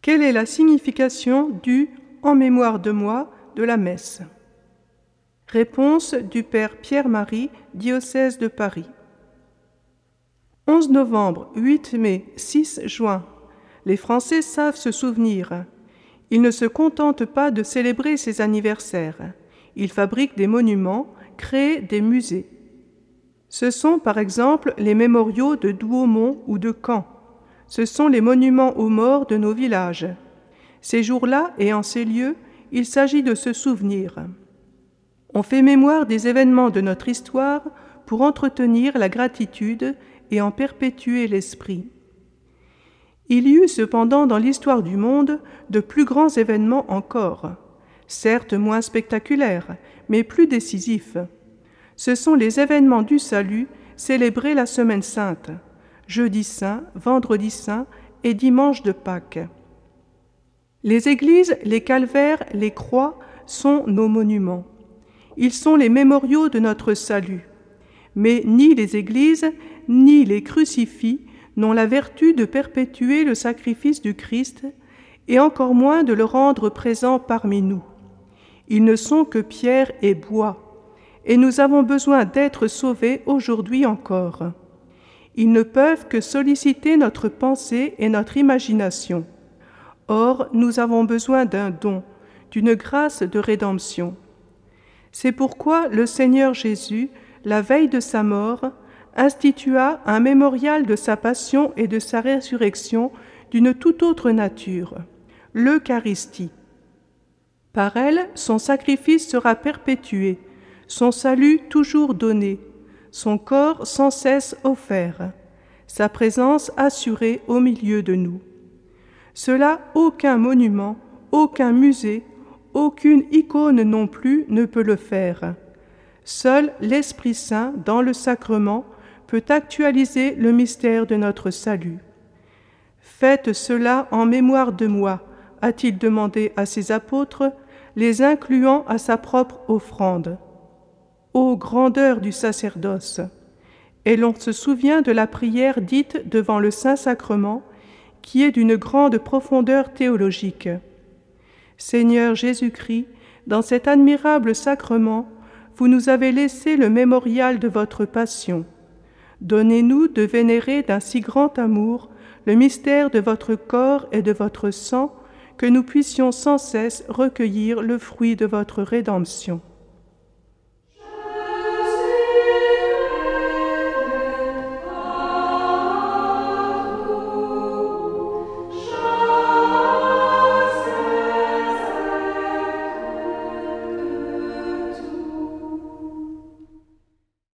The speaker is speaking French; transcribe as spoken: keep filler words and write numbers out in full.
Quelle est la signification du « en mémoire de moi » de la messe? Réponse du Père Pierre-Marie, diocèse de Paris. onze novembre, huit mai, six juin. Les Français savent se souvenir. Ils ne se contentent pas de célébrer ces anniversaires. Ils fabriquent des monuments, créent des musées. Ce sont par exemple les mémoriaux de Douaumont ou de Caen. Ce sont les monuments aux morts de nos villages. Ces jours-là et en ces lieux, il s'agit de se souvenir. On fait mémoire des événements de notre histoire pour entretenir la gratitude et en perpétuer l'esprit. Il y eut cependant dans l'histoire du monde de plus grands événements encore, certes moins spectaculaires, mais plus décisifs. Ce sont les événements du salut célébrés la Semaine sainte, jeudi saint, vendredi saint et dimanche de Pâques. Les églises, les calvaires, les croix sont nos monuments. Ils sont les mémoriaux de notre salut. Mais ni les églises, ni les crucifix n'ont la vertu de perpétuer le sacrifice du Christ et encore moins de le rendre présent parmi nous. Ils ne sont que pierre et bois, et nous avons besoin d'être sauvés aujourd'hui encore. Ils ne peuvent que solliciter notre pensée et notre imagination. Or, nous avons besoin d'un don, d'une grâce de rédemption. C'est pourquoi le Seigneur Jésus, la veille de sa mort, institua un mémorial de sa passion et de sa résurrection d'une toute autre nature, l'Eucharistie. Par elle, son sacrifice sera perpétué, son salut toujours donné, son corps sans cesse offert, sa présence assurée au milieu de nous. Cela, aucun monument, aucun musée, aucune icône non plus ne peut le faire. Seul l'Esprit Saint, dans le sacrement, peut actualiser le mystère de notre salut. « Faites cela en mémoire de moi », a-t-il demandé à ses apôtres, les incluant à sa propre offrande. Ô grandeur du sacerdoce! Et l'on se souvient de la prière dite devant le Saint-Sacrement, qui est d'une grande profondeur théologique. Seigneur Jésus-Christ, dans cet admirable sacrement, vous nous avez laissé le mémorial de votre passion. Donnez-nous de vénérer d'un si grand amour le mystère de votre corps et de votre sang, que nous puissions sans cesse recueillir le fruit de votre rédemption.